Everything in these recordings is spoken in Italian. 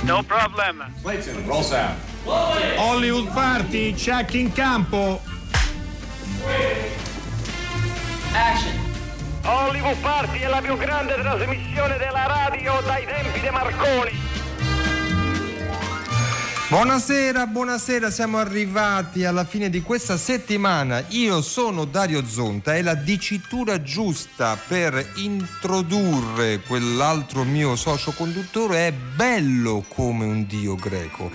No problem. Clayton, roll sound. Hollywood Party, check in campo. Action. Hollywood Party è la più grande trasmissione della radio dai tempi di Marconi. Buonasera, siamo arrivati alla fine di questa settimana. Io sono Dario Zonta e la dicitura giusta per introdurre quell'altro mio socio conduttore è bello come un dio greco.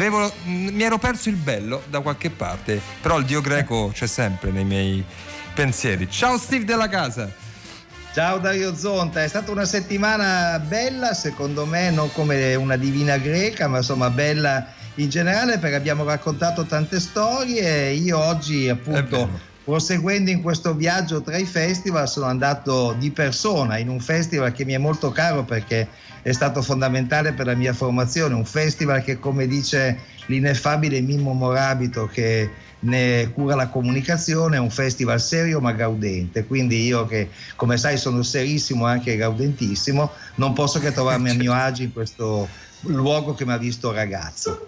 Mi ero perso il bello da qualche parte, però il dio greco c'è sempre nei miei pensieri. Ciao Steve della casa. Ciao Dario Zonta, è stata una settimana bella secondo me, non come una divina greca, ma insomma bella in generale perché abbiamo raccontato tante storie e io oggi appunto proseguendo in questo viaggio tra i festival sono andato di persona in un festival che mi è molto caro perché è stato fondamentale per la mia formazione, un festival che come dice l'ineffabile Mimmo Morabito che ne cura la comunicazione, è un festival serio ma gaudente, quindi io che come sai sono serissimo e anche gaudentissimo non posso che trovarmi a mio agio in questo luogo che mi ha visto ragazzo.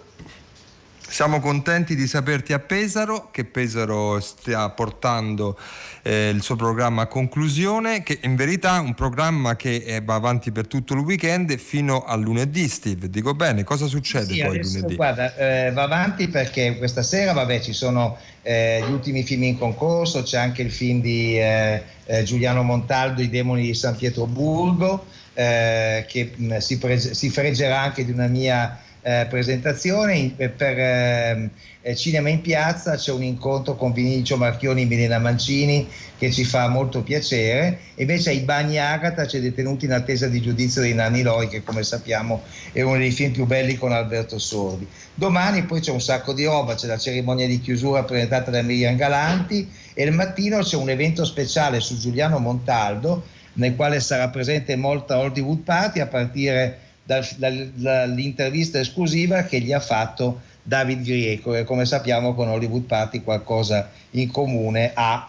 Siamo contenti di saperti a Pesaro, che Pesaro stia portando il suo programma a conclusione, che in verità è un programma che va avanti per tutto il weekend fino a lunedì, Steve. Dico bene, cosa succede poi lunedì? Guarda, va avanti perché questa sera ci sono gli ultimi film in concorso, c'è anche il film di Giuliano Montaldo, I demoni di San Pietroburgo, che si freggerà anche di una mia presentazione. Per Cinema in Piazza c'è un incontro con Vinicio Marchioni e Milena Mancini che ci fa molto piacere, e invece ai Bagni Agata c'è Detenuti in attesa di giudizio di Nanni Loi, che come sappiamo è uno dei film più belli con Alberto Sordi. Domani poi c'è un sacco di roba, c'è la cerimonia di chiusura presentata da Miriam Galanti e il mattino c'è un evento speciale su Giuliano Montaldo nel quale sarà presente molta Hollywood Party a partire dall'intervista esclusiva che gli ha fatto David Grieco, che come sappiamo con Hollywood Party qualcosa in comune ha,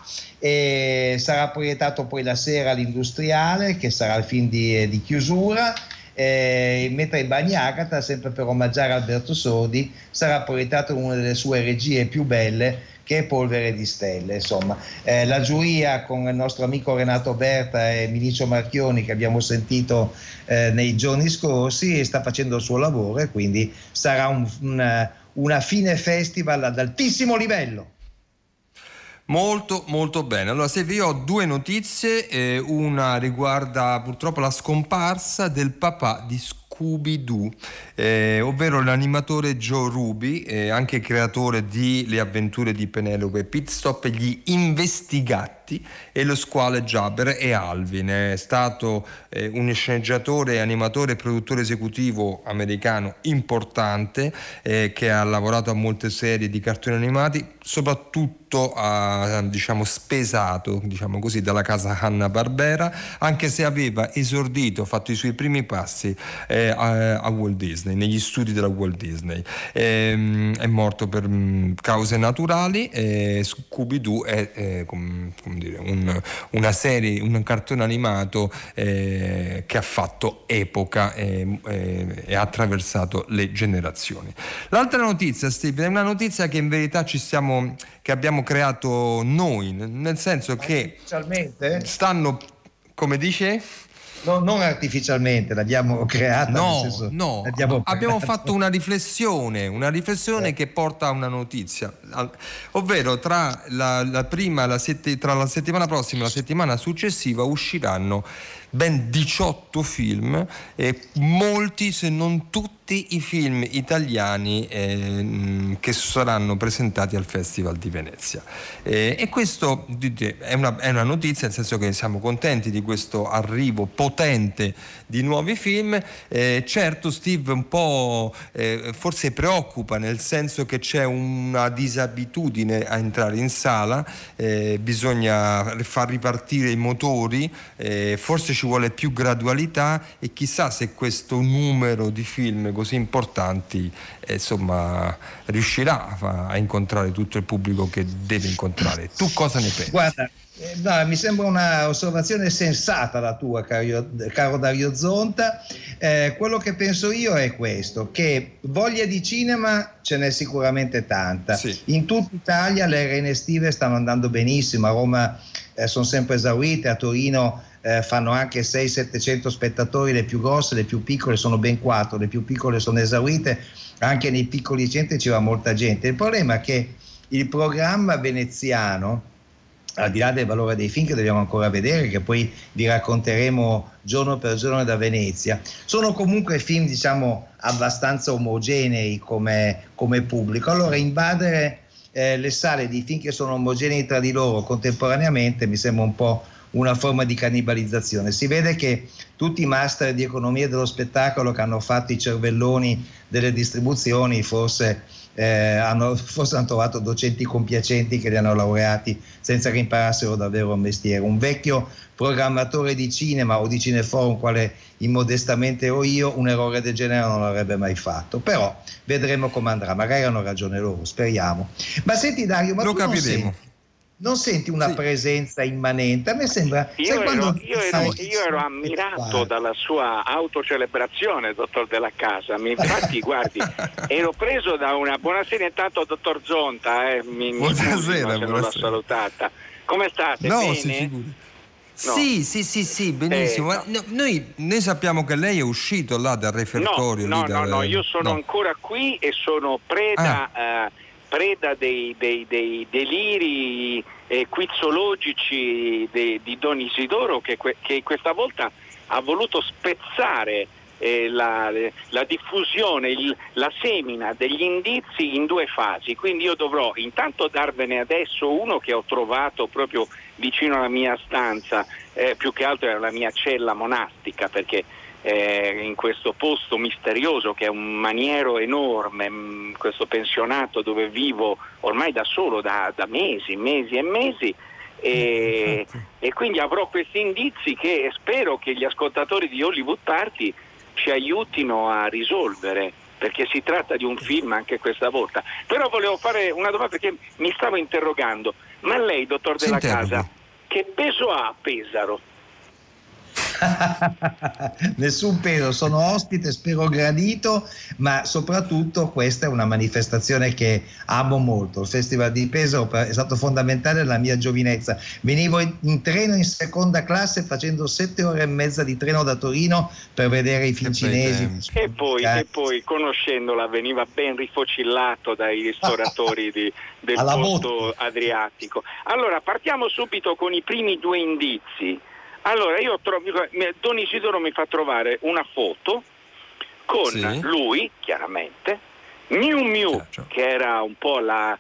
e sarà proiettato poi la sera all'Industriale che sarà il film di chiusura, mentre i Bagni Agata, sempre per omaggiare Alberto Sordi, sarà proiettato una delle sue regie più belle che è Polvere di Stelle. Insomma, la giuria con il nostro amico Renato Berta e Vinicio Marchioni che abbiamo sentito nei giorni scorsi sta facendo il suo lavoro e quindi sarà una fine festival ad altissimo livello. Molto molto bene. Allora Steve, io ho due notizie, una riguarda purtroppo la scomparsa del papà di Scooby-Doo, ovvero l'animatore Joe Ruby, anche creatore di Le avventure di Penelope, Pit Stop, Gli Investigati e Lo squalo Jabber e Alvin. È stato un sceneggiatore, animatore e produttore esecutivo americano importante, che ha lavorato a molte serie di cartoni animati, soprattutto spesato, diciamo così, dalla casa Hanna-Barbera, anche se aveva fatto i suoi primi passi a Walt Disney, negli studi della Walt Disney. È morto per cause naturali. Scooby-Doo è una serie, un cartone animato che ha fatto epoca e ha attraversato le generazioni. L'altra notizia, Steve, è una notizia che in verità che abbiamo creato noi, nel senso che stanno, come dice? No, non artificialmente, l'abbiamo creata. Abbiamo fatto una riflessione che porta a una notizia, ovvero tra la settimana prossima e la settimana successiva usciranno ben 18 film, e molti se non tutti i film italiani che saranno presentati al Festival di Venezia, e questo è una notizia, nel senso che siamo contenti di questo arrivo potente di nuovi film. Certo Steve, un po' forse preoccupa, nel senso che c'è una disabitudine a entrare in sala, bisogna far ripartire i motori, forse ci ci vuole più gradualità e chissà se questo numero di film così importanti insomma riuscirà a incontrare tutto il pubblico che deve incontrare. Tu cosa ne pensi? Guarda, no, mi sembra una osservazione sensata la tua, caro Dario Zonta. Quello che penso io è questo, che voglia di cinema ce n'è sicuramente tanta. Sì. In tutta Italia le arene estive stanno andando benissimo, a Roma sono sempre esaurite, a Torino fanno anche 600-700 spettatori, le più grosse, le più piccole sono ben 4, le più piccole sono esaurite, anche nei piccoli centri ci va molta gente. Il problema è che il programma veneziano, al di là del valore dei film che dobbiamo ancora vedere, che poi vi racconteremo giorno per giorno da Venezia, sono comunque film diciamo abbastanza omogenei come pubblico. Allora invadere le sale di film che sono omogenei tra di loro contemporaneamente mi sembra un po' una forma di cannibalizzazione. Si vede che tutti i master di economia dello spettacolo che hanno fatto i cervelloni delle distribuzioni forse hanno trovato docenti compiacenti che li hanno laureati senza che imparassero davvero un mestiere. Un vecchio programmatore di cinema o di cineforum, quale immodestamente ero io, un errore del genere non l'avrebbe mai fatto. Però vedremo come andrà, magari hanno ragione loro, speriamo. Ma senti Dario, ma lo tu capiremo. Non senti una presenza immanente? A me sembra... Io ero ammirato dalla sua autocelebrazione, dottor Della Casa. Infatti, guardi, ero preso da una... Buonasera intanto, dottor Zonta. Buonasera, se non l'ho salutata. Come state? No, bene? si figuri. No. Sì, benissimo. No. Noi sappiamo che lei è uscito là dal refertorio. No, io sono ancora qui e sono preda dei deliri quizzologici di Don Isidoro che questa volta ha voluto spezzare la diffusione, la semina degli indizi in 2 fasi. Quindi io dovrò intanto darvene adesso uno che ho trovato proprio vicino alla mia stanza, più che altro era la mia cella monastica, perché in questo posto misterioso che è un maniero enorme, questo pensionato dove vivo ormai da solo da mesi e mesi, e quindi avrò questi indizi che spero che gli ascoltatori di Hollywood Party ci aiutino a risolvere, perché si tratta di un film anche questa volta. Però volevo fare una domanda, perché mi stavo interrogando: ma lei, dottor Della Casa, che peso ha a Pesaro? Nessun peso, sono ospite, spero gradito, ma soprattutto questa è una manifestazione che amo molto. Il Festival di Pesaro è stato fondamentale nella mia giovinezza. Venivo in treno in seconda classe facendo 7 ore e mezza di treno da Torino per vedere i film cinesi. E poi conoscendola veniva ben rifocillato dai ristoratori del posto adriatico. Allora partiamo subito con i primi 2 indizi. Allora Don Isidoro mi fa trovare una foto con lui, chiaramente, Miu Miu, che era un po'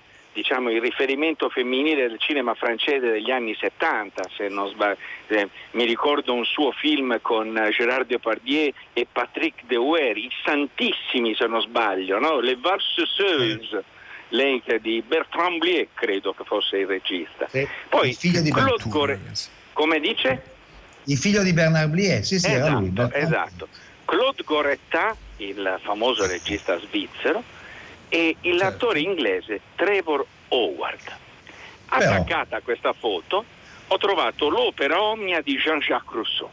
il riferimento femminile del cinema francese degli anni 70, se non sbaglio. Mi ricordo un suo film con Gérard Depardieu e Patrick Dewey, I Santissimi se non sbaglio, no? Le Valseuses, lei di Bertrand Blier credo che fosse il regista. Poi il figlio di Claude Goretz, come dice? Il figlio di Bernard Blier, era lui. Esatto. Claude Goretz, il famoso regista svizzero, e l'attore inglese Trevor Howard. Attaccata a questa foto ho trovato l'opera omnia di Jean-Jacques Rousseau.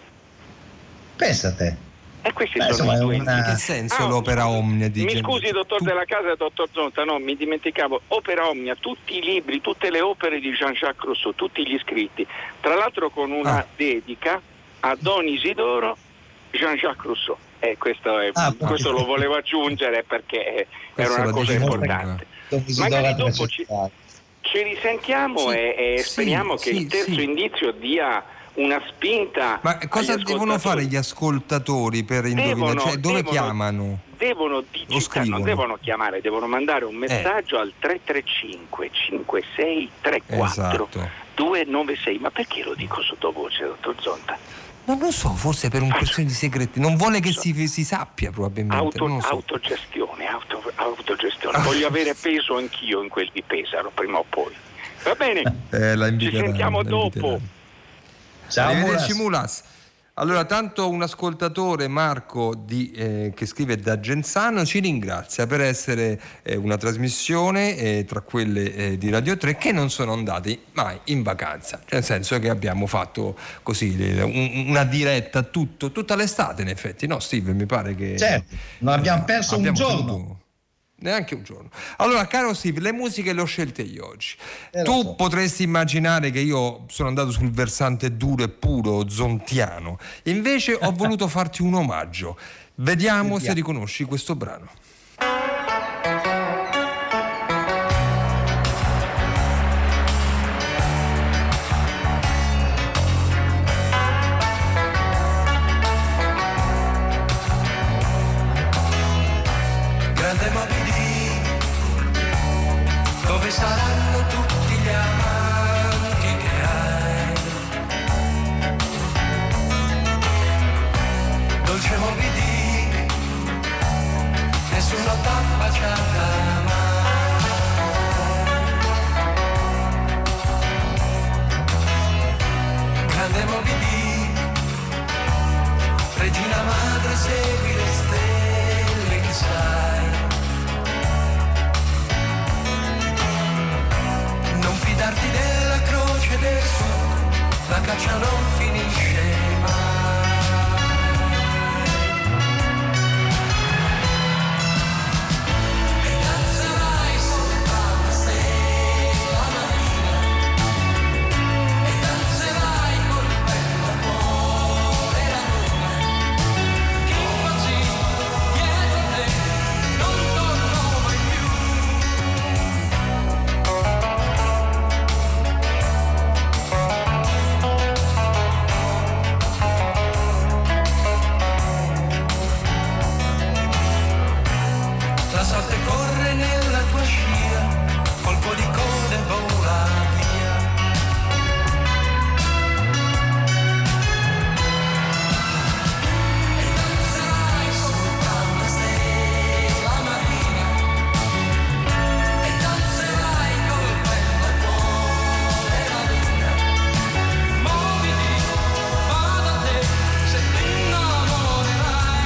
Pensa a te. E questi sono i 2 indizi. In che senso l'opera omnia di Mi scusi, dottor Della Casa e dottor Zonta, no, mi dimenticavo. Opera omnia, tutti i libri, tutte le opere di Jean-Jacques Rousseau, tutti gli scritti. Tra l'altro con una dedica a Don Isidoro Jean-Jacques Rousseau. Questo lo volevo aggiungere perché era una cosa importante. Magari dopo ci risentiamo e speriamo che il terzo indizio dia una spinta. Ma cosa devono fare gli ascoltatori per indovinare? Dove chiamano? Devono digitare, non devono chiamare, devono mandare un messaggio al 335 56 34 296. Ma perché lo dico sottovoce, dottor Zonta? Non lo so, forse per un questione di segreti. Non vuole che si sappia, probabilmente. Autogestione. Voglio avere peso anch'io in quel di Pesaro, prima o poi. Va bene, ci sentiamo dopo. Ciao, arrivederci Mulas. Allora, tanto un ascoltatore, Marco, che scrive da Genzano, ci ringrazia per essere una trasmissione tra quelle di Radio 3 che non sono andati mai in vacanza, nel senso che abbiamo fatto così una diretta tutta l'estate, in effetti, no Steve? Mi pare che... Certo, non abbiamo perso un giorno. Neanche un giorno. Allora, caro Steve, le musiche le ho scelte io oggi. Tu potresti immaginare che io sono andato sul versante duro e puro zontiano, invece ho voluto farti un omaggio. Vediamo se riconosci questo brano. Dove saranno tutti gli amanti che hai? Dolce Moby Dick, nessuno t'ha baciata mai. Grande Moby Dick, regina madre, segui le stelle che sai. Fidarti della croce del sud, la caccia non finisce mai. E danzerai sopra una stella marina, e danzerai col petto a cuore la luna. Chi impazzì dietro te non tornò mai più. La sorte corre nella tua scia, colpo di coda e vola via. E danzerai sopra una stella marina, e danzerai col petto a cuore la luna. Muoviti, va da te, se ti innamorerai.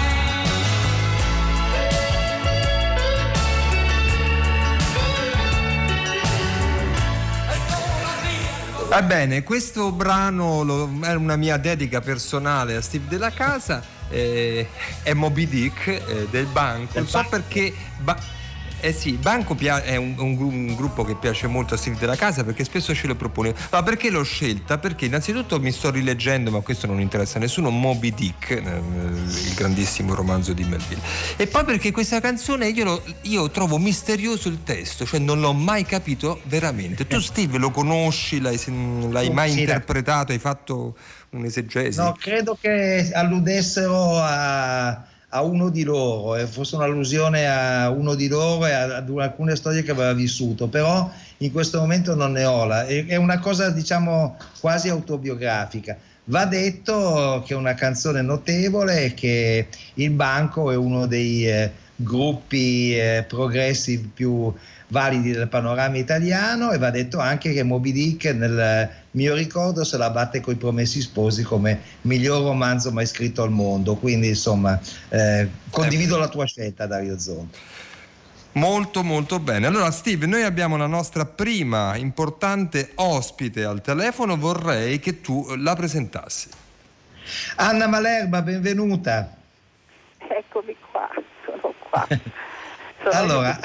Va bene, questo brano è una mia dedica personale a Steve Della Casa, è Moby Dick del Banco. Non so perché... sì, Banco è un gruppo che piace molto a Steve Della Casa perché spesso ce lo propone. Ma perché l'ho scelta? Perché innanzitutto mi sto rileggendo, ma questo non interessa a nessuno, Moby Dick, il grandissimo romanzo di Melville. E poi perché questa canzone io trovo misterioso il testo, cioè non l'ho mai capito veramente. Tu Steve lo conosci, l'hai mai interpretato, hai fatto un'esegesi? No, credo che alludessero a uno di loro, fosse un'allusione a uno di loro e ad alcune storie che aveva vissuto, però in questo momento non ne ho è una cosa diciamo quasi autobiografica. Va detto che è una canzone notevole e che il Banco è uno dei gruppi progressive più validi del panorama italiano, e va detto anche che Moby Dick nel mio ricordo se la batte coi Promessi Sposi come miglior romanzo mai scritto al mondo, quindi insomma condivido la tua scelta, Dario Zonta. Molto molto bene. Allora Steve, noi abbiamo la nostra prima importante ospite al telefono, vorrei che tu la presentassi. Anna Malerba, benvenuta. Eccomi qua, sono qua. Allora,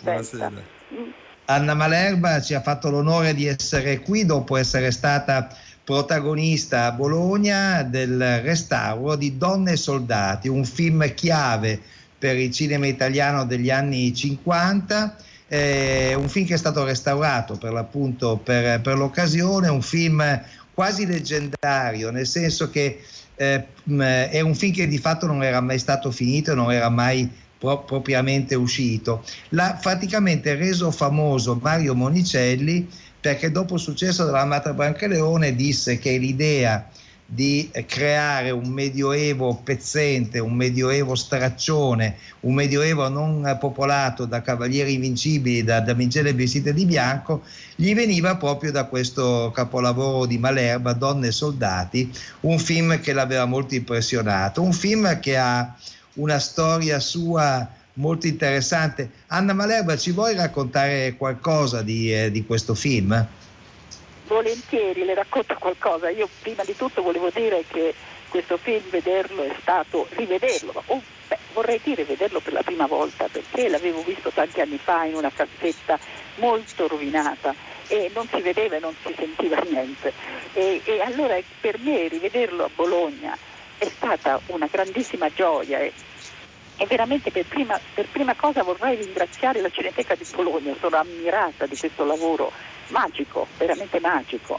Anna Malerba ci ha fatto l'onore di essere qui dopo essere stata protagonista a Bologna del restauro di Donne e Soldati, un film chiave per il cinema italiano degli anni 50, un film che è stato restaurato per l'appunto per l'occasione, un film quasi leggendario, nel senso che è un film che di fatto non era mai stato finito e non era mai propriamente uscito. L'ha praticamente reso famoso Mario Monicelli, perché dopo il successo dell'Amata Brancaleone disse che l'idea di creare un medioevo pezzente, un medioevo straccione, un medioevo non popolato da cavalieri invincibili, da damigelle vestite di bianco, gli veniva proprio da questo capolavoro di Malerba, Donne e Soldati, un film che l'aveva molto impressionato, un film che ha una storia sua molto interessante. Anna Malerba, ci vuoi raccontare qualcosa di questo film? Volentieri, le racconto qualcosa. Io prima di tutto volevo dire che questo film, vederlo è stato rivederlo, vorrei dire vederlo per la prima volta, perché l'avevo visto tanti anni fa in una cassetta molto rovinata e non si vedeva e non si sentiva niente, e allora per me rivederlo a Bologna è stata una grandissima gioia e veramente per prima cosa vorrei ringraziare la Cineteca di Bologna. Sono ammirata di questo lavoro magico, veramente magico,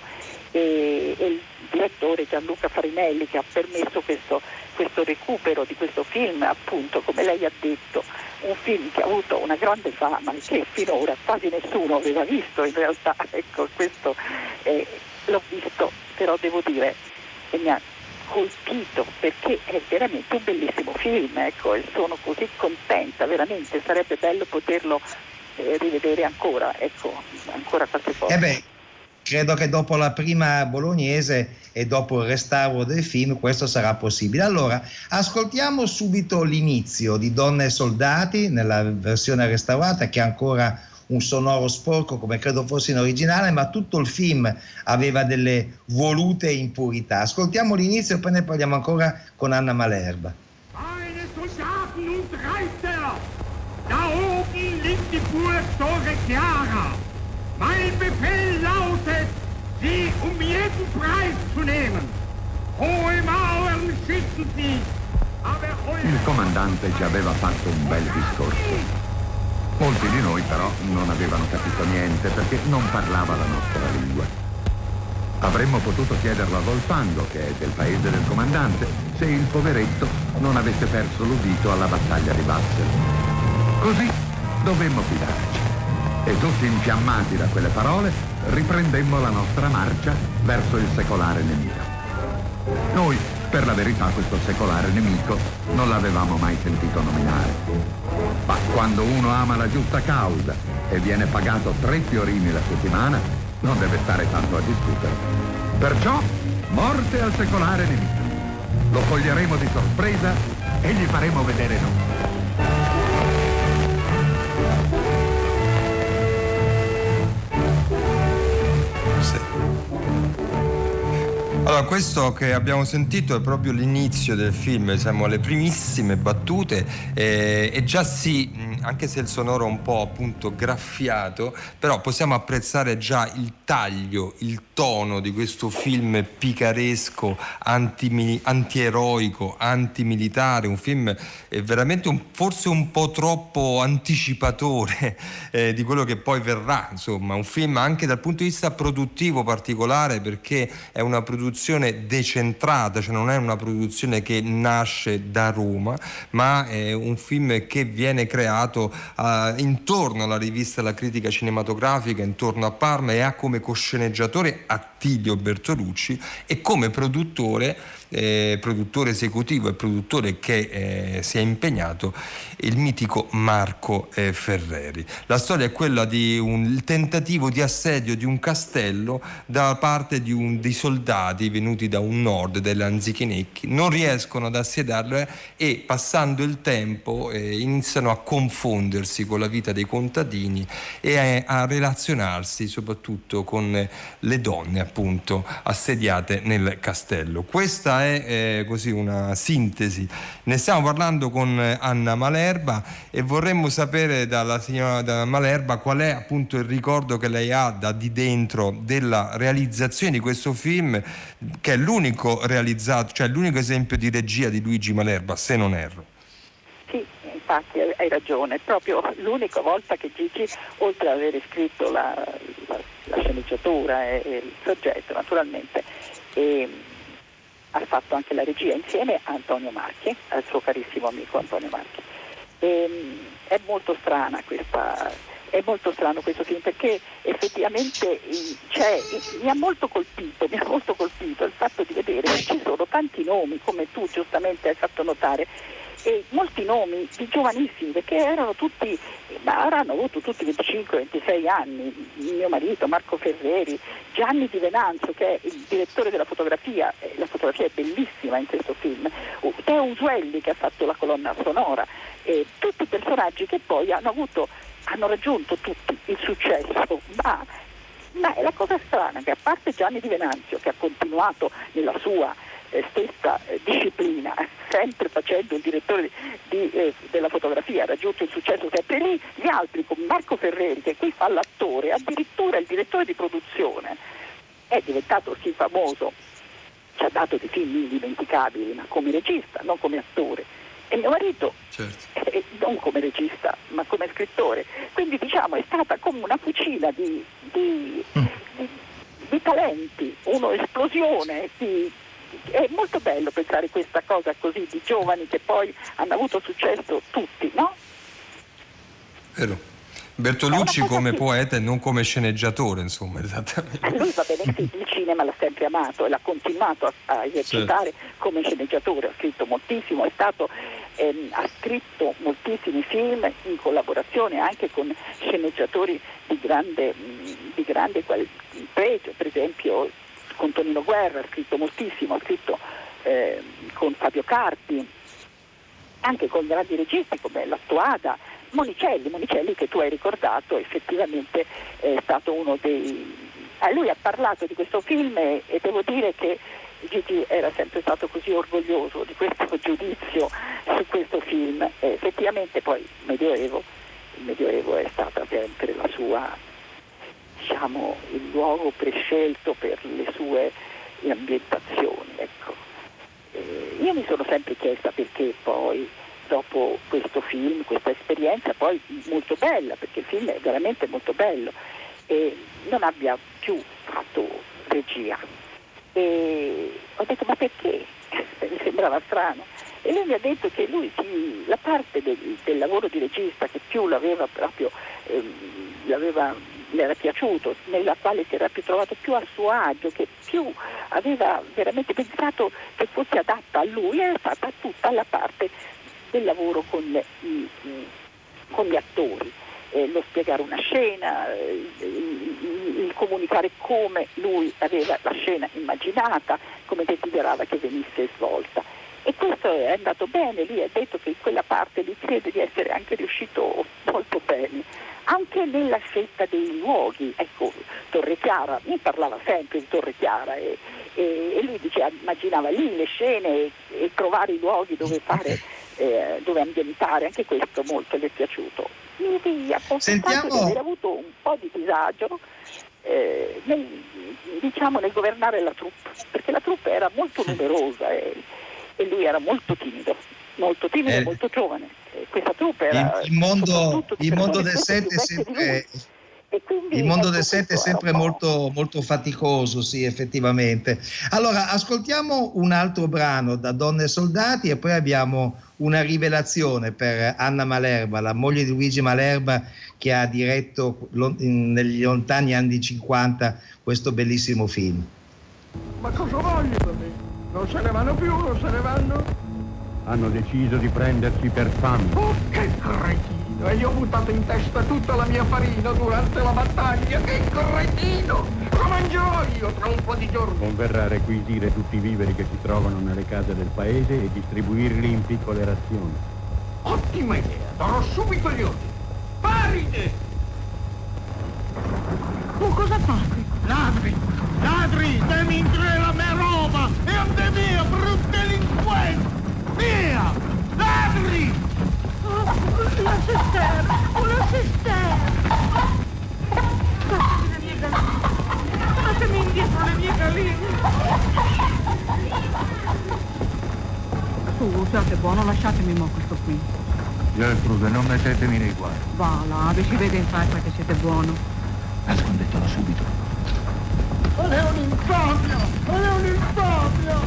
e il direttore Gianluca Farinelli, che ha permesso questo recupero di questo film, appunto, come lei ha detto, un film che ha avuto una grande fama e che finora quasi nessuno aveva visto in realtà. Ecco, questo l'ho visto, però devo dire che mi ha colpito, perché è veramente un bellissimo film, ecco, e sono così contenta, veramente sarebbe bello poterlo rivedere ancora, ecco, ancora qualche volta. Credo che dopo la prima bolognese e dopo il restauro del film questo sarà possibile. Allora, ascoltiamo subito l'inizio di Donne e Soldati nella versione restaurata, che ha ancora un sonoro sporco come credo fosse in originale, ma tutto il film aveva delle volute impurità. Ascoltiamo l'inizio e poi ne parliamo ancora con Anna Malerba. Meine Soldaten und Reiter, da oben liegt die Burg Torre Chiara. Mein Befehl lautet, sie jeden Preis zu nehmen. Hohe Mauern schützen sie, aber Il comandante ci aveva fatto un bel discorso. Molti di noi però non avevano capito niente perché non parlava la nostra lingua. Avremmo potuto chiederlo a Volpango, che è del paese del comandante, se il poveretto non avesse perso l'udito alla battaglia di Wassel. Così dovemmo fidarci. E tutti infiammati da quelle parole riprendemmo la nostra marcia verso il secolare nemico. Noi, per la verità, questo secolare nemico non l'avevamo mai sentito nominare. Ma quando uno ama la giusta causa e viene pagato 3 fiorini la settimana, non deve stare tanto a discutere. Perciò, morte al secolare nemico. Lo coglieremo di sorpresa e gli faremo vedere noi. Allora, questo che abbiamo sentito è proprio l'inizio del film, siamo alle primissime battute e già sì, anche se il sonoro è un po' appunto graffiato, però possiamo apprezzare già il taglio, il tono di questo film picaresco, antieroico, antimilitare, un film veramente forse un po' troppo anticipatore di quello che poi verrà, insomma, un film anche dal punto di vista produttivo particolare, perché è una produzione decentrata, cioè non è una produzione che nasce da Roma, ma è un film che viene creato intorno alla rivista La Critica Cinematografica, intorno a Parma, e ha come cosceneggiatore Attilio Bertolucci e come produttore esecutivo e produttore che si è impegnato il mitico Marco Ferreri. La storia è quella di un tentativo di assedio di un castello da parte di soldati venuti da un nord, delle Anzichenecchi. Non riescono ad assediarlo e passando il tempo iniziano a confondersi con la vita dei contadini e a relazionarsi soprattutto con le donne appunto assediate nel castello. Questa è così una sintesi. Ne stiamo parlando con Anna Malerba e vorremmo sapere dalla signora Malerba qual è appunto il ricordo che lei ha da di dentro della realizzazione di questo film, che è l'unico realizzato, cioè l'unico esempio di regia di Luigi Malerba, se non erro. Sì, infatti hai ragione, è proprio l'unica volta che Gigi, oltre ad aver scritto la sceneggiatura e il progetto naturalmente, ha fatto anche la regia insieme a Antonio Marchi, al suo carissimo amico Antonio Marchi. È molto strana questa È molto strano questo film perché effettivamente mi ha molto colpito il fatto di vedere che ci sono tanti nomi, come tu giustamente hai fatto notare, e molti nomi di giovanissimi, perché avranno avuto tutti 25-26 anni. Mio marito, Marco Ferreri, Gianni Di Venanzio, che è il direttore della fotografia, la fotografia è bellissima in questo film, Teo Usuelli che ha fatto la colonna sonora, tutti personaggi che poi hanno raggiunto tutti il successo, ma è la cosa strana che, a parte Gianni Di Venanzio che ha continuato nella sua stessa disciplina, sempre facendo il direttore della fotografia, ha raggiunto il successo sempre lì, gli altri come Marco Ferreri che qui fa l'attore, addirittura il direttore di produzione, è diventato sì famoso, ci ha dato dei film indimenticabili, ma come regista, non come attore. E mio marito, certo, non come regista ma come scrittore, quindi diciamo è stata come una fucina di talenti, un'esplosione è molto bello pensare questa cosa così, di giovani che poi hanno avuto successo tutti, no? Vero. Bertolucci come poeta e non come sceneggiatore, insomma, esattamente. Lui va bene, sì, il cinema l'ha sempre amato e l'ha continuato a esercitare, certo, come sceneggiatore, ha scritto moltissimo, ha scritto moltissimi film in collaborazione anche con sceneggiatori di grande pregio, per esempio con Tonino Guerra ha scritto moltissimo, ha scritto con Fabio Carpi, anche con grandi registi come Lattuada, Monicelli che tu hai ricordato, effettivamente è stato uno dei... lui ha parlato di questo film e devo dire che Gigi era sempre stato così orgoglioso di questo giudizio su questo film. Effettivamente poi il Medioevo è stata sempre la sua, diciamo, il luogo prescelto per le sue ambientazioni, ecco. Io mi sono sempre chiesta perché poi dopo questo film, questa esperienza poi molto bella, perché il film è veramente molto bello, e non abbia più fatto regia. E ho detto ma perché? Mi sembrava strano. E lui mi ha detto che lui la parte del lavoro di regista che più l'aveva proprio, le era piaciuto, nella quale si era più trovato più a suo agio, che più aveva veramente pensato che fosse adatta a lui, è stata tutta la parte del lavoro con gli attori, lo spiegare una scena, il comunicare come lui aveva la scena immaginata, come desiderava che venisse svolta. E questo è andato bene, lui ha detto che in quella parte lui crede di essere anche riuscito molto bene, anche nella scelta dei luoghi. Ecco, Torre Chiara, mi parlava sempre di Torre Chiara e lui diceva, immaginava lì le scene e trovare i luoghi dove fare, dove ambientare, anche questo molto le è piaciuto. Quindi ha constatato di aver avuto un po' di disagio nel governare la troupe, perché la troupe era molto numerosa e lui era molto timido e molto giovane. Questa troupe era il mondo del set è sempre molto, molto faticoso, sì, effettivamente. Allora, ascoltiamo un altro brano da Donne e Soldati e poi abbiamo una rivelazione per Anna Malerba, la moglie di Luigi Malerba, che ha diretto negli lontani anni 50 questo bellissimo film. Ma cosa vogliono? Non se ne vanno più, non se ne vanno? Hanno deciso di prenderci per fame. Oh, che cretino! E gli ho buttato in testa tutta la mia farina durante la battaglia. Che cretino! La mangerò io tra un po' di giorni. Converrà requisire tutti i viveri che si trovano nelle case del paese e distribuirli in piccole razioni. Ottima idea! Darò subito gli ordini. Paride! Tu cosa fai? Ladri! Ladri! Demintre la mia roba! E ande via, brutti delinquenti! Via! Ladri! La cisterna! Una cisterna! Lasciami le mie galline! Lasciami indietro le mie galline! Su, siate buono, lasciatemi mo questo qui. Gertrude, non mettetemi nei guai. Va là, vi si vede in faccia che siete buono. Nascondetelo subito. Non è un infamia! Non è un infamia!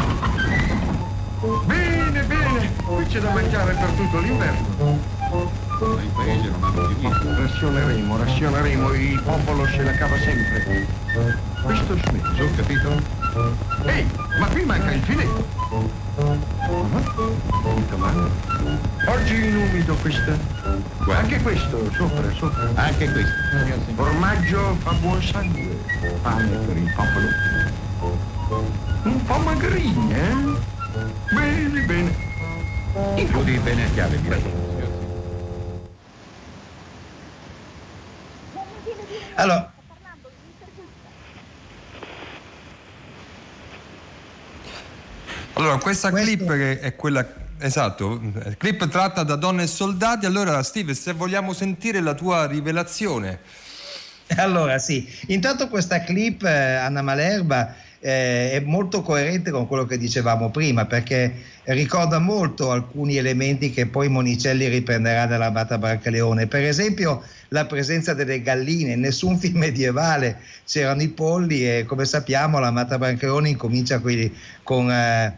Bene, bene, qui c'è da mangiare per tutto l'inverno. In paese non hanno più niente. Razioneremo, il popolo se la cava sempre. Questo è smesso, Ho capito? Ehi, ma qui manca il filetto. Molto male. Oggi in umido questa. Guarda. Anche questo, sopra. Anche questo. Formaggio fa buon sangue. Pane per il popolo. Un po' magrini, eh? Bene. Chiudi bene a chiave, direi. Allora, questa clip che è quella, esatto, clip tratta da Donne e Soldati. Allora, Steve, se vogliamo sentire la tua rivelazione. Allora, sì, intanto questa clip, Anna Malerba, è molto coerente con quello che dicevamo prima, perché ricorda molto alcuni elementi che poi Monicelli riprenderà dall'Amata Brancaleone. Per esempio la presenza delle galline. In nessun film medievale c'erano i polli, e come sappiamo l'Amata Brancaleone incomincia con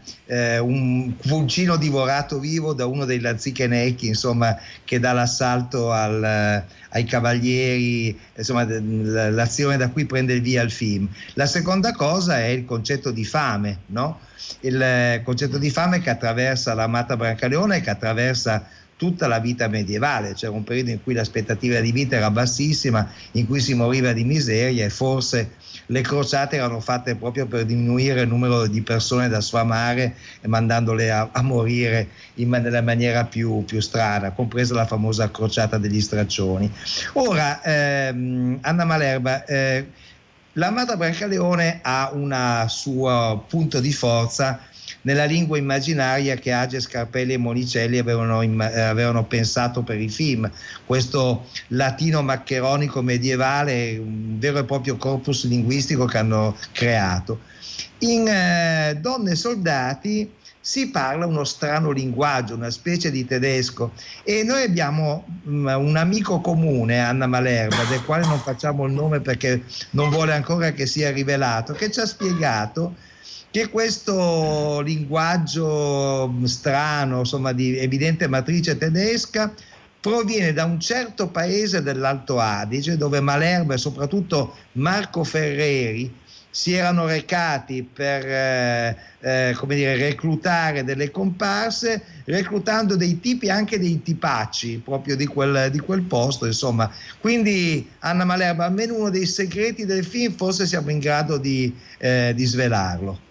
un pulcino divorato vivo da uno dei lanzichenecchi, insomma, che dà l'assalto ai cavalieri, insomma l'azione da cui prende il via il film. La seconda cosa è il concetto di fame, no? Il concetto di fame che attraversa l'Amata Brancaleone e che attraversa tutta la vita medievale. C'era un periodo in cui l'aspettativa di vita era bassissima, in cui si moriva di miseria, e forse le crociate erano fatte proprio per diminuire il numero di persone da sfamare e mandandole a morire nella maniera più strana, compresa la famosa crociata degli straccioni. Ora, Anna Malerba, l'Amata Brancaleone ha un suo punto di forza nella lingua immaginaria che Age, Scarpelli e Monicelli avevano pensato per i film, questo latino maccheronico medievale, un vero e proprio corpus linguistico che hanno creato. In Donne e Soldati si parla uno strano linguaggio, una specie di tedesco, e noi abbiamo un amico comune, Anna Malerba, del quale non facciamo il nome perché non vuole ancora che sia rivelato, che ci ha spiegato che questo linguaggio strano, insomma di evidente matrice tedesca, proviene da un certo paese dell'Alto Adige, dove Malerba e soprattutto Marco Ferreri si erano recati per reclutare delle comparse, reclutando dei tipi, anche dei tipacci proprio di quel posto, insomma. Quindi, Anna Malerba, almeno uno dei segreti del film forse siamo in grado di svelarlo.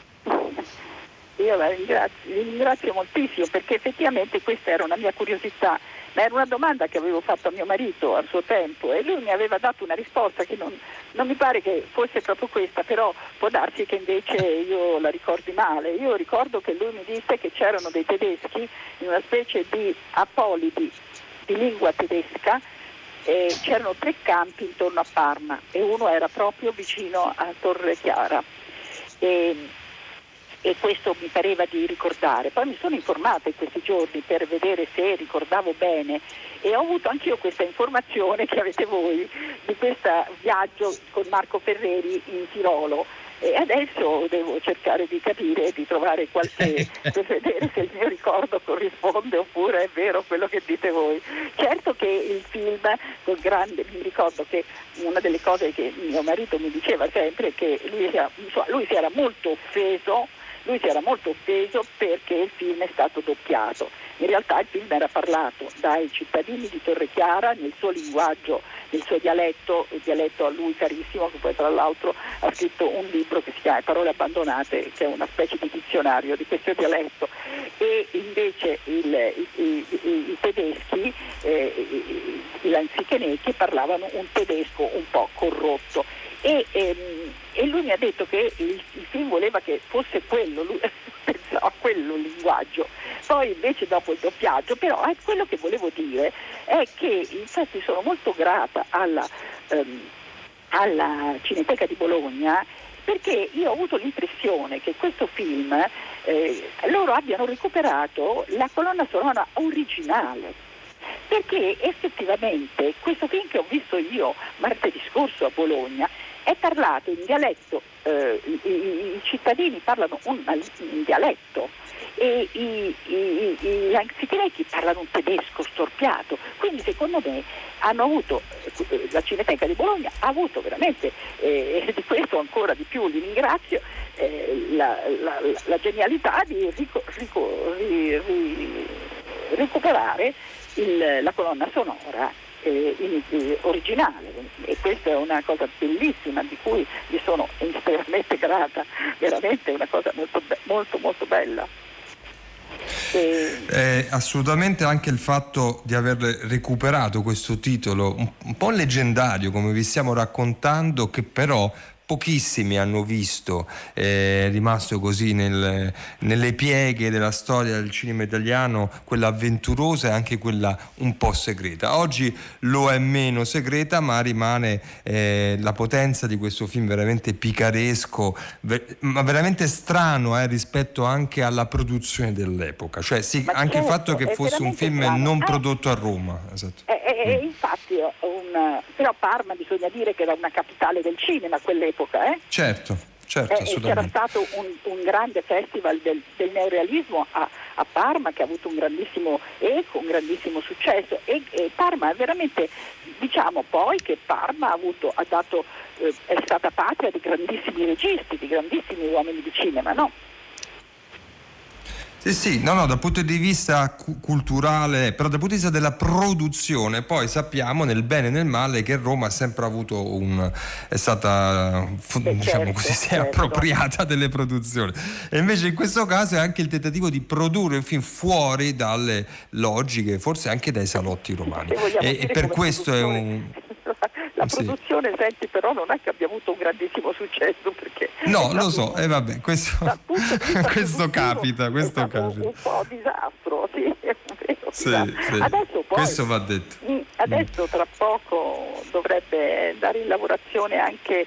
Io la ringrazio moltissimo, perché effettivamente questa era una mia curiosità, ma era una domanda che avevo fatto a mio marito a suo tempo, e lui mi aveva dato una risposta che non mi pare che fosse proprio questa, però può darsi che invece io la ricordi male. Io ricordo che lui mi disse che c'erano dei tedeschi in una specie di apolidi di lingua tedesca, e c'erano 3 campi intorno a Parma, e uno era proprio vicino a Torre Chiara. E questo mi pareva di ricordare. Poi mi sono informata in questi giorni per vedere se ricordavo bene, e ho avuto anch'io questa informazione che avete voi di questo viaggio con Marco Ferreri in Tirolo, e adesso devo cercare di capire, di trovare qualche per vedere se il mio ricordo corrisponde oppure è vero quello che dite voi. Certo che il film mi ricordo che una delle cose che mio marito mi diceva sempre è che lui si era molto offeso perché il film è stato doppiato. In realtà il film era parlato dai cittadini di Torre Chiara nel suo linguaggio, nel suo dialetto, il dialetto a lui carissimo, che poi tra l'altro ha scritto un libro che si chiama Parole abbandonate, che è una specie di dizionario di questo dialetto, e invece i tedeschi, i lanzichenecchi, parlavano un tedesco un po' corrotto. E lui mi ha detto che il film voleva che fosse quello, lui pensava a quello linguaggio. Poi invece dopo il doppiaggio, però quello che volevo dire è che infatti sono molto grata alla Cineteca di Bologna, perché io ho avuto l'impressione che questo film loro abbiano recuperato la colonna sonora originale, perché effettivamente questo film che ho visto io martedì scorso a Bologna è parlato in dialetto, i cittadini parlano un dialetto e i lanzichenecchi parlano un tedesco storpiato, quindi quindi secondo me hanno avuto, la Cineteca di Bologna ha avuto veramente, e di questo ancora di più li ringrazio, la genialità di recuperare la colonna sonora originale, e questa è una cosa bellissima di cui gli sono estremamente grata, veramente una cosa molto molto bella. Assolutamente anche il fatto di aver recuperato questo titolo un po' leggendario, come vi stiamo raccontando, che però pochissimi hanno visto, è rimasto così nelle pieghe della storia del cinema italiano, quella avventurosa e anche quella un po' segreta. Oggi lo è meno segreta, ma rimane la potenza di questo film veramente picaresco, ma veramente strano rispetto anche alla produzione dell'epoca, cioè sì, anche il fatto che fosse un film non prodotto a Roma. Esatto. Infatti però Parma bisogna dire che era una capitale del cinema a quell'epoca, Certo, assolutamente. C'era stato un grande festival del neorealismo a Parma, che ha avuto un grandissimo eco, un grandissimo successo, e Parma è veramente, diciamo poi che Parma è stata patria di grandissimi registi, di grandissimi uomini di cinema, no? Sì, no, dal punto di vista culturale, però dal punto di vista della produzione, poi sappiamo nel bene e nel male che Roma ha sempre avuto è stata, diciamo così, si è appropriata delle produzioni, e invece in questo caso è anche il tentativo di produrre un film fuori dalle logiche, forse anche dai salotti romani, e per questo è la produzione, senti, però non è che abbia avuto un grandissimo successo, perché no, lo so, vabbè, questo capita, questo capita. Un po' disastro, sì, è vero. Sì. Adesso poi, questo va detto. Adesso tra poco dovrebbe andare in lavorazione anche,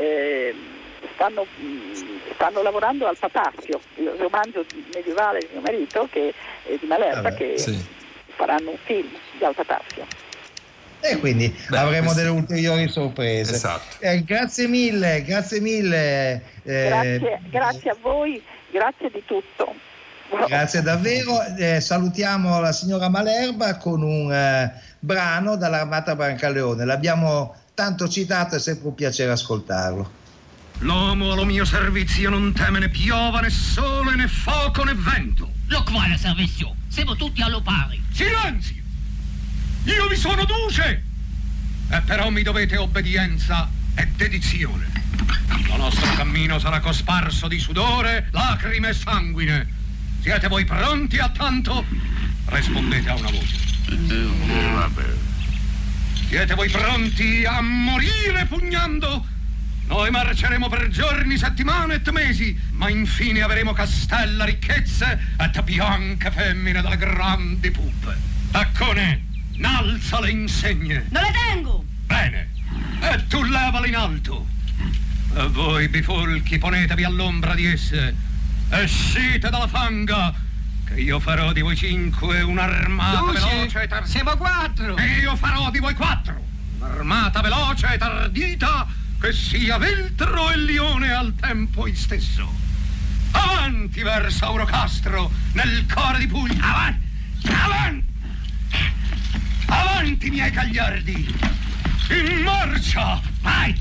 stanno lavorando al Patazio, il romanzo medievale di mio marito, che è di Malerba, faranno un film di Al Patazio. E quindi avremo delle ulteriori sorprese. Esatto. Grazie mille. Grazie a voi, grazie di tutto. Grazie davvero. Salutiamo la signora Malerba con un brano dall'Armata Brancaleone. L'abbiamo tanto citato, è sempre un piacere ascoltarlo. L'uomo allo mio servizio non teme né piova né sole né fuoco né vento. Lo quale servizio? Siamo tutti allo pari. Silenzio! Io vi sono duce, e però mi dovete obbedienza e dedizione. Lo nostro cammino sarà cosparso di sudore, lacrime e sanguine. Siete voi pronti a tanto? Rispondete a una voce. Vabbè. Siete voi pronti a morire pugnando? Noi marceremo per giorni, settimane e mesi, ma infine avremo castella, ricchezze e bianche femmine dalle grandi puppe. Eccone! N'alza le insegne. Non le tengo. Bene. E tu levale in alto. E voi bifolchi ponetevi all'ombra di esse. Escite dalla fanga, che io farò di voi 5 un'armata veloce e siamo 4. E io farò di voi 4 un'armata veloce e ardita, che sia veltro e lione al tempo istesso. Avanti verso Aurocastro, nel core di Puglia. Avanti! Avanti, miei gagliardi! In marcia! Vai!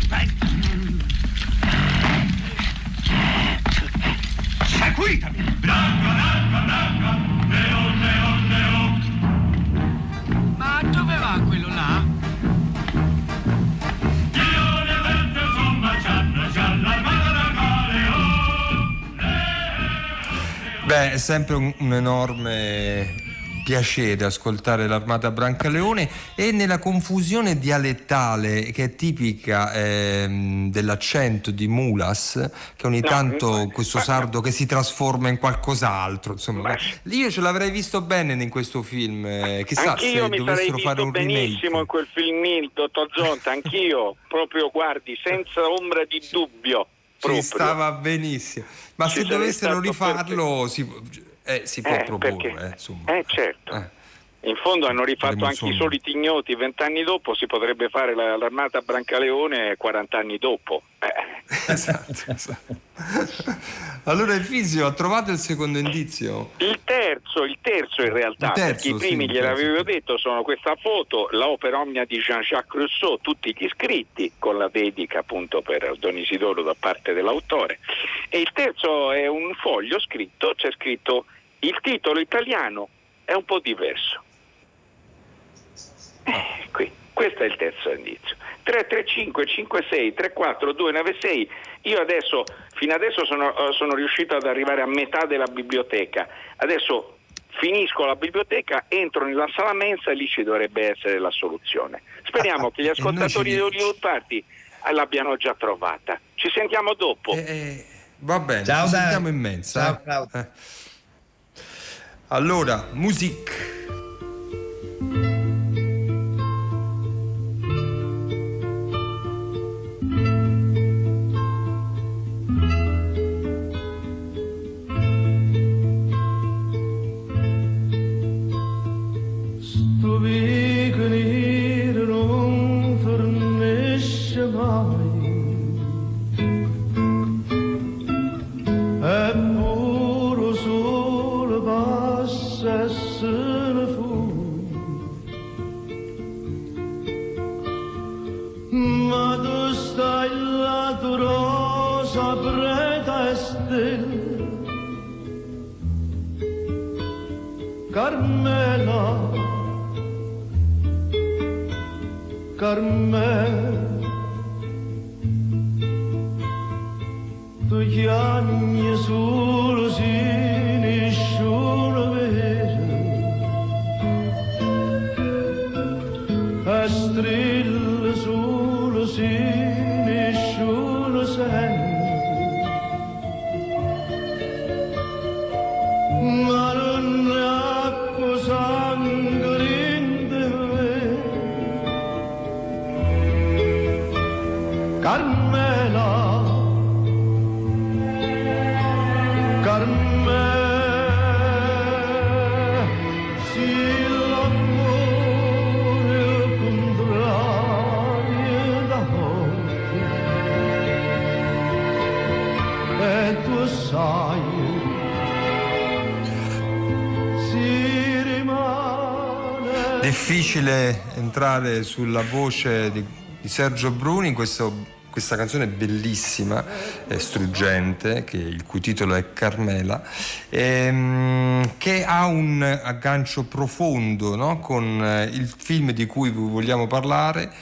Seguitemi! Branca, leon. Ma dove va quello là? Lione, vento, insomma, c'ha l'armata Beh, è sempre un enorme piacere ascoltare l'Armata Brancaleone, e nella confusione dialettale che è tipica dell'accento di Mulas, che ogni tanto questo sardo che si trasforma in qualcos'altro, insomma. Io ce l'avrei visto bene in questo film, chissà anch'io se dovessero fare un remake. Benissimo in quel film lì, dottor Zonta, anch'io, proprio, guardi, senza ombra di dubbio. Ci stava benissimo, ma se dovessero rifarlo si può proporre, insomma. Certo. In fondo hanno rifatto anche I Soliti Ignoti 20 anni dopo, si potrebbe fare l'Armata Brancaleone 40 anni dopo. Esatto. Allora Efisio, ha trovato il secondo indizio? Il terzo in realtà, perché i primi gliel'avevo detto sono questa foto, l'opera omnia di Jean-Jacques Rousseau, tutti gli scritti, con la dedica appunto per Don Isidoro da parte dell'autore, e il terzo è un foglio scritto, c'è scritto il titolo italiano è un po' diverso. Qui. Questo è il terzo indizio. 335 56 34 296. Io adesso, fino adesso sono riuscito ad arrivare a metà della biblioteca. Adesso finisco la biblioteca, entro nella sala mensa e lì ci dovrebbe essere la soluzione. Speriamo che gli ascoltatori di Hollywood Party l'abbiano già trovata. Ci sentiamo dopo. Va bene, ciao, ci sentiamo in mensa. Ciao. Allora, music. Carmela, tu chiami solo se nessuno vede, a strilla solo se nessuno sente, ma non ha cosa Carmela, si l'amore contrario da morte, e tu sai, si rimane. Difficile entrare sulla voce di Sergio Bruni in questa canzone bellissima, struggente, il cui titolo è Carmela, che ha un aggancio profondo, no? Con il film di cui vogliamo parlare,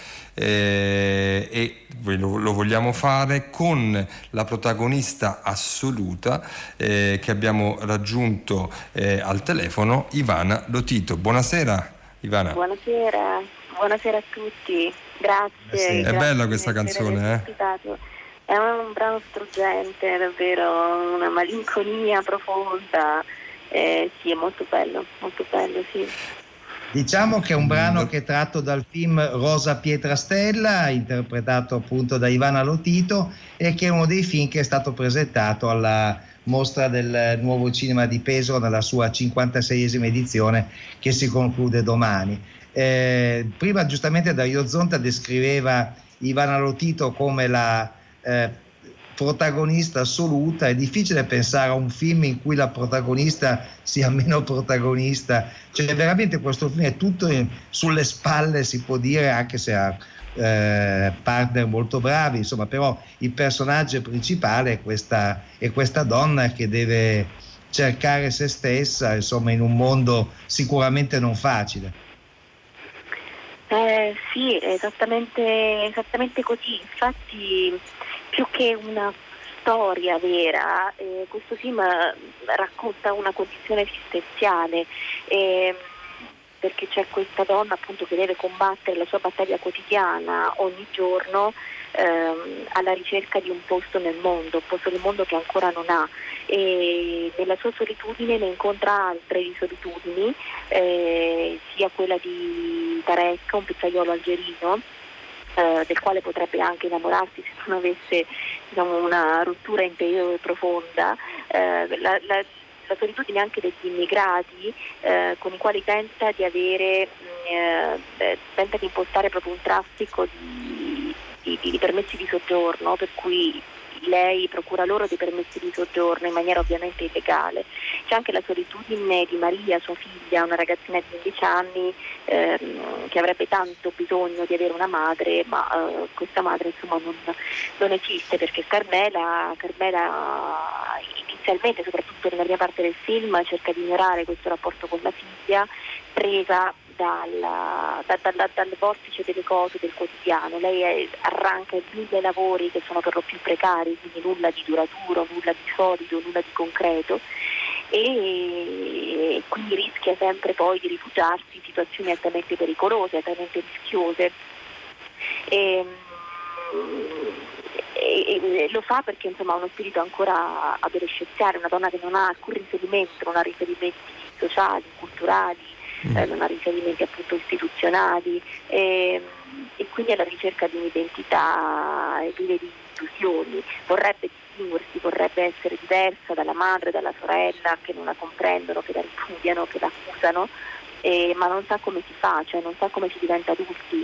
e lo vogliamo fare con la protagonista assoluta che abbiamo raggiunto al telefono, Ivana Lotito. Buonasera Ivana. Buonasera a tutti. Grazie. È bella questa canzone, È un brano struggente, davvero, una malinconia profonda. Sì, è molto bello, sì. Diciamo che è un brano che è tratto dal film Rosa Pietrastella, interpretato appunto da Ivana Lotito, e che è uno dei film che è stato presentato alla Mostra del Nuovo Cinema di Pesaro nella sua 56esima edizione, che si conclude domani. Prima giustamente Dario Zonta descriveva Ivana Lotito come la protagonista assoluta. È difficile pensare a un film in cui la protagonista sia meno protagonista, cioè veramente questo film è tutto sulle spalle, si può dire, anche se ha partner molto bravi, insomma, però il personaggio principale è questa donna che deve cercare se stessa, insomma, in un mondo sicuramente non facile. Sì, esattamente così. Infatti, più che una storia vera, questo film racconta una condizione esistenziale, perché c'è questa donna appunto che deve combattere la sua battaglia quotidiana ogni giorno, alla ricerca di un posto nel mondo che ancora non ha, e nella sua solitudine ne incontra altre di solitudini, sia quella di Tarek, un pizzaiolo algerino, del quale potrebbe anche innamorarsi se non avesse, diciamo, una rottura interiore profonda, la solitudine anche degli immigrati, con i quali tenta di impostare proprio un traffico di permessi di soggiorno, per cui lei procura loro dei permessi di soggiorno in maniera ovviamente illegale. C'è anche la solitudine di Maria, sua figlia, una ragazzina di 11 anni che avrebbe tanto bisogno di avere una madre, ma questa madre insomma non esiste, perché Carmela inizialmente, soprattutto nella prima parte del film, cerca di ignorare questo rapporto con la figlia, presa dal vortice delle cose del quotidiano. Lei arranca in 1000 lavori che sono per lo più precari, quindi nulla di duraturo, nulla di solido, nulla di concreto, e quindi rischia sempre poi di rifugiarsi in situazioni altamente pericolose, altamente rischiose. E lo fa perché insomma ha uno spirito ancora adolescenziale, una donna che non ha alcun riferimento, non ha riferimenti sociali, culturali, non ha riferimenti appunto istituzionali, e quindi è alla ricerca di un'identità e vive di illusioni. Vorrebbe distinguersi, vorrebbe essere diversa dalla madre, dalla sorella, che non la comprendono, che la ripudiano, che la accusano, ma non sa come si fa, cioè non sa come si diventa adulti.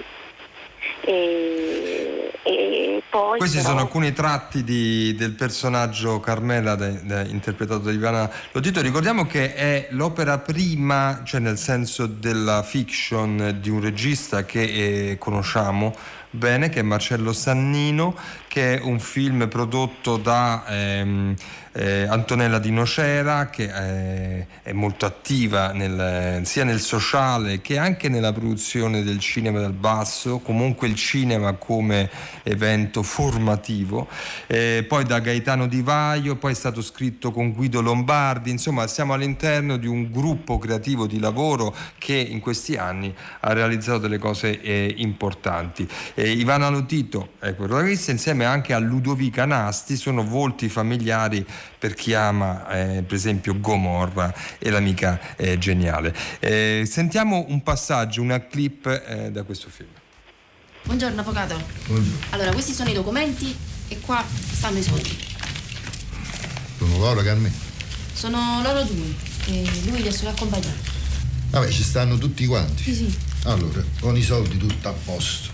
E poi questi sono alcuni tratti del personaggio Carmela interpretato da Ivana Lotito. Ricordiamo che è l'opera prima, cioè nel senso della fiction, di un regista che conosciamo bene, che è Marcello Sannino, che è un film prodotto da Antonella Di Nocera, che è molto attiva sia nel sociale che anche nella produzione del cinema dal basso, comunque il cinema come evento formativo, poi da Gaetano Di Vaio, poi è stato scritto con Guido Lombardi. Insomma, siamo all'interno di un gruppo creativo di lavoro che in questi anni ha realizzato delle cose importanti. Ivana Lotito è protagonista, insieme anche a Ludovica Nasti. Sono volti familiari per chi ama per esempio Gomorra e l'amica geniale. Sentiamo un passaggio, una clip da questo film. Buongiorno avvocato. Buongiorno. Allora, questi sono i documenti e qua stanno i soldi. Sono loro che a me? Sono loro due e lui li ha solo accompagnato. Vabbè, ci stanno tutti quanti. Sì. Allora, con i soldi tutto a posto.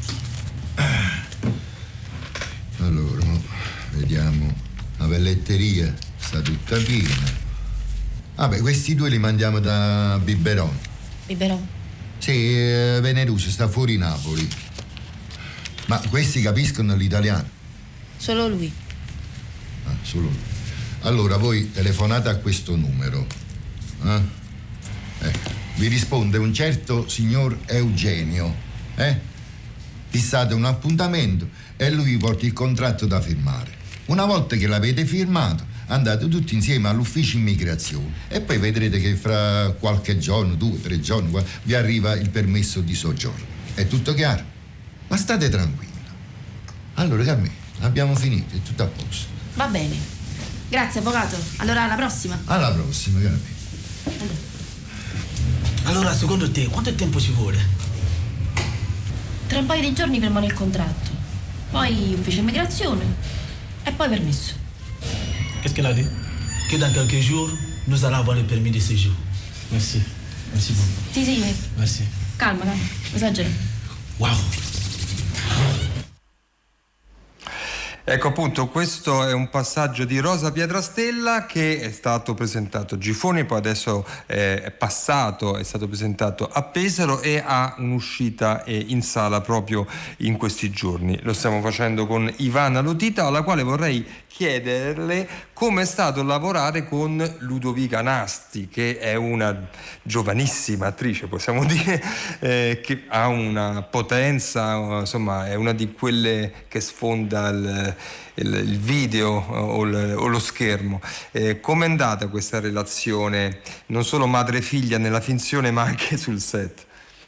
Allora, vediamo. La pelletteria sta tutta piena. Vabbè, questi due li mandiamo da Biberon. Biberon? Sì, Veneruso sta fuori Napoli. Ma questi capiscono l'italiano? Solo lui. Ah, solo lui. Allora voi telefonate a questo numero. Vi risponde un certo signor Eugenio. Fissate un appuntamento e lui vi porta il contratto da firmare. Una volta che l'avete firmato, andate tutti insieme all'ufficio immigrazione e poi vedrete che fra qualche giorno, 2 o 3 giorni, vi arriva il permesso di soggiorno. È tutto chiaro? Ma state tranquilli. Allora, Carmela, abbiamo finito, è tutto a posto. Va bene. Grazie, avvocato. Allora, alla prossima. Alla prossima, Carmela. Allora, secondo te, quanto tempo ci vuole? Tra un paio di giorni firmano il contratto. Poi ufficio immigrazione. E poi permesso. Qu'est-ce qu'elle a dit? Que dans quelques jours, nous allons avoir le permis de séjour. Merci. Merci beaucoup. Sì. Merci. Calma. Esagera. Wow. Ecco, appunto, questo è un passaggio di Rosa Pietrastella che è stato presentato a Gifoni, poi adesso è stato presentato a Pesaro e ha un'uscita in sala proprio in questi giorni. Lo stiamo facendo con Ivana Lotito, alla quale vorrei chiederle come è stato lavorare con Ludovica Nasti, che è una giovanissima attrice, possiamo dire, che ha una potenza, insomma è una di quelle che sfonda il video o lo schermo. Com'è andata questa relazione, non solo madre e figlia nella finzione ma anche sul set?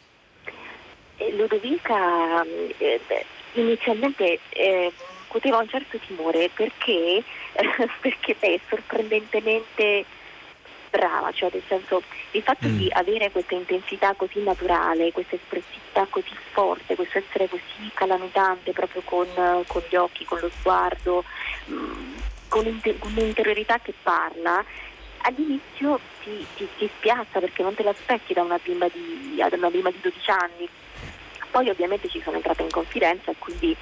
Ludovica inizialmente poteva un certo timore perché lei è sorprendentemente brava, cioè nel senso il fatto di avere questa intensità così naturale, questa espressività così forte, questo essere così calamitante proprio con gli occhi, con lo sguardo, con un'interiorità che parla, all'inizio ti spiazza perché non te l'aspetti da una bimba di 12 anni. Poi ovviamente ci sono entrata in confidenza e quindi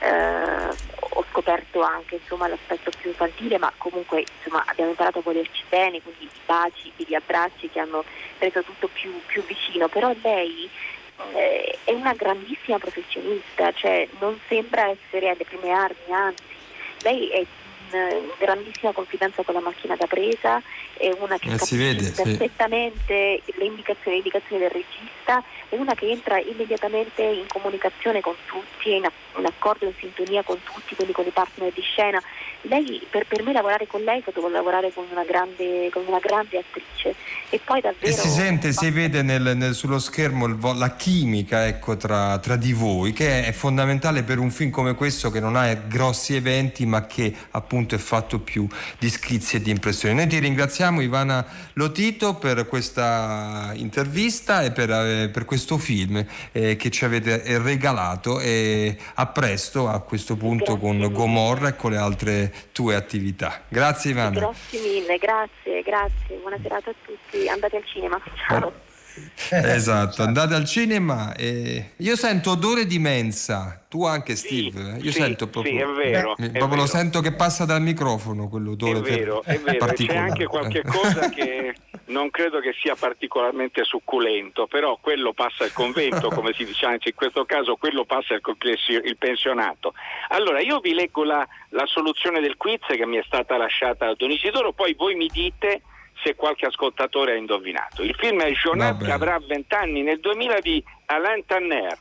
ho scoperto anche insomma l'aspetto più infantile, ma comunque insomma abbiamo imparato a volerci bene, quindi i baci e gli abbracci che hanno reso tutto più vicino. Però lei è una grandissima professionista, cioè non sembra essere alle prime armi, anzi lei è in grandissima confidenza con la macchina da presa, è una che capisce perfettamente le indicazioni del regista, è una che entra immediatamente in comunicazione con tutti, in accordo, in sintonia con tutti, quindi con i partner di scena. Lei, per me lavorare con lei è stato lavorare con una grande attrice, e poi davvero... E si sente, si vede sullo schermo la chimica, ecco, tra di voi, che è fondamentale per un film come questo, che non ha grossi eventi ma che appunto è fatto più di schizzi e di impressioni. Noi ti ringraziamo, Ivana Lotito, per questa intervista e per questo film che ci avete regalato, e a presto a questo punto con Gomorra e con le altre tue attività. Grazie Ivana. Grazie mille, grazie, buona serata a tutti, andate al cinema, ciao. Esatto, andate al cinema. Io sento odore di mensa, tu anche Steve? Io sento proprio, sì, è vero, proprio lo sento che passa dal microfono quell'odore. È vero, c'è anche qualche cosa che non credo che sia particolarmente succulento, però quello passa il convento, come si dice anche in questo caso, quello passa il pensionato. Allora io vi leggo la soluzione del quiz che mi è stata lasciata da Don Isidoro, poi voi mi dite se qualche ascoltatore ha indovinato. Il film è Jeanette, che avrà 20 anni nel 2000, di Alain Tanner.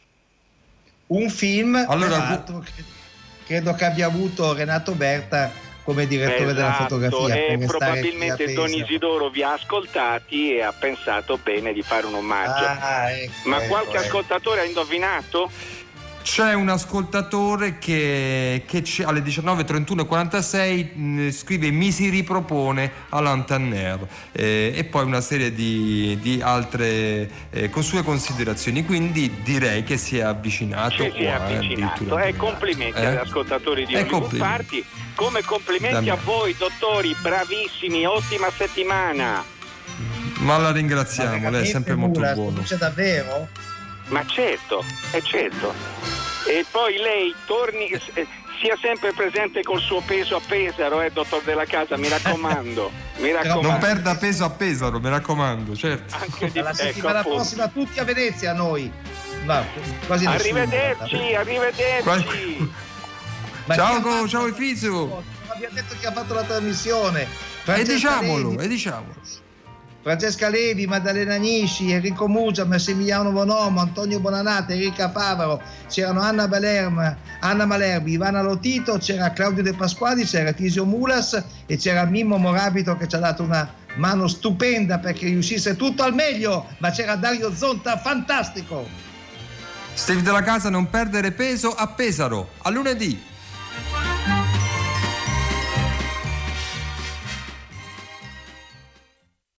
Un film credo che abbia avuto Renato Berta come direttore della fotografia. E probabilmente Don Isidoro vi ha ascoltati e ha pensato bene di fare un omaggio. Ma qualche ascoltatore ha indovinato? C'è un ascoltatore che alle 19:31:46 scrive: mi si ripropone Alain Tanner, e poi una serie di altre sue considerazioni, quindi direi che si è avvicinato. Sì, si è avvicinato. Complimenti agli ascoltatori di Hollywood Party, come complimenti a voi dottori, bravissimi, ottima settimana. Ma la ringraziamo, lei è sempre molto buono. C'è davvero? Ma certo, è certo. E poi lei torni, sia sempre presente col suo peso a Pesaro, dottor Della Casa, mi raccomando. Non perda peso a Pesaro, mi raccomando, certo. La settimana prossima tutti a Venezia, noi. No, quasi arrivederci. Ciao Efizio. Non abbiamo detto chi ha fatto la trasmissione. E diciamolo. Francesca Levi, Maddalena Nisci, Enrico Mugia, Massimiliano Bonomo, Antonio Bonanata, Enrica Favaro, c'erano Anna Malerbi, Ivana Lotito, c'era Claudio De Pasquali, c'era Tisio Mulas e c'era Mimmo Morabito che ci ha dato una mano stupenda perché riuscisse tutto al meglio, ma c'era Dario Zonta fantastico. Steve Della Casa, non perdere peso a Pesaro. A lunedì.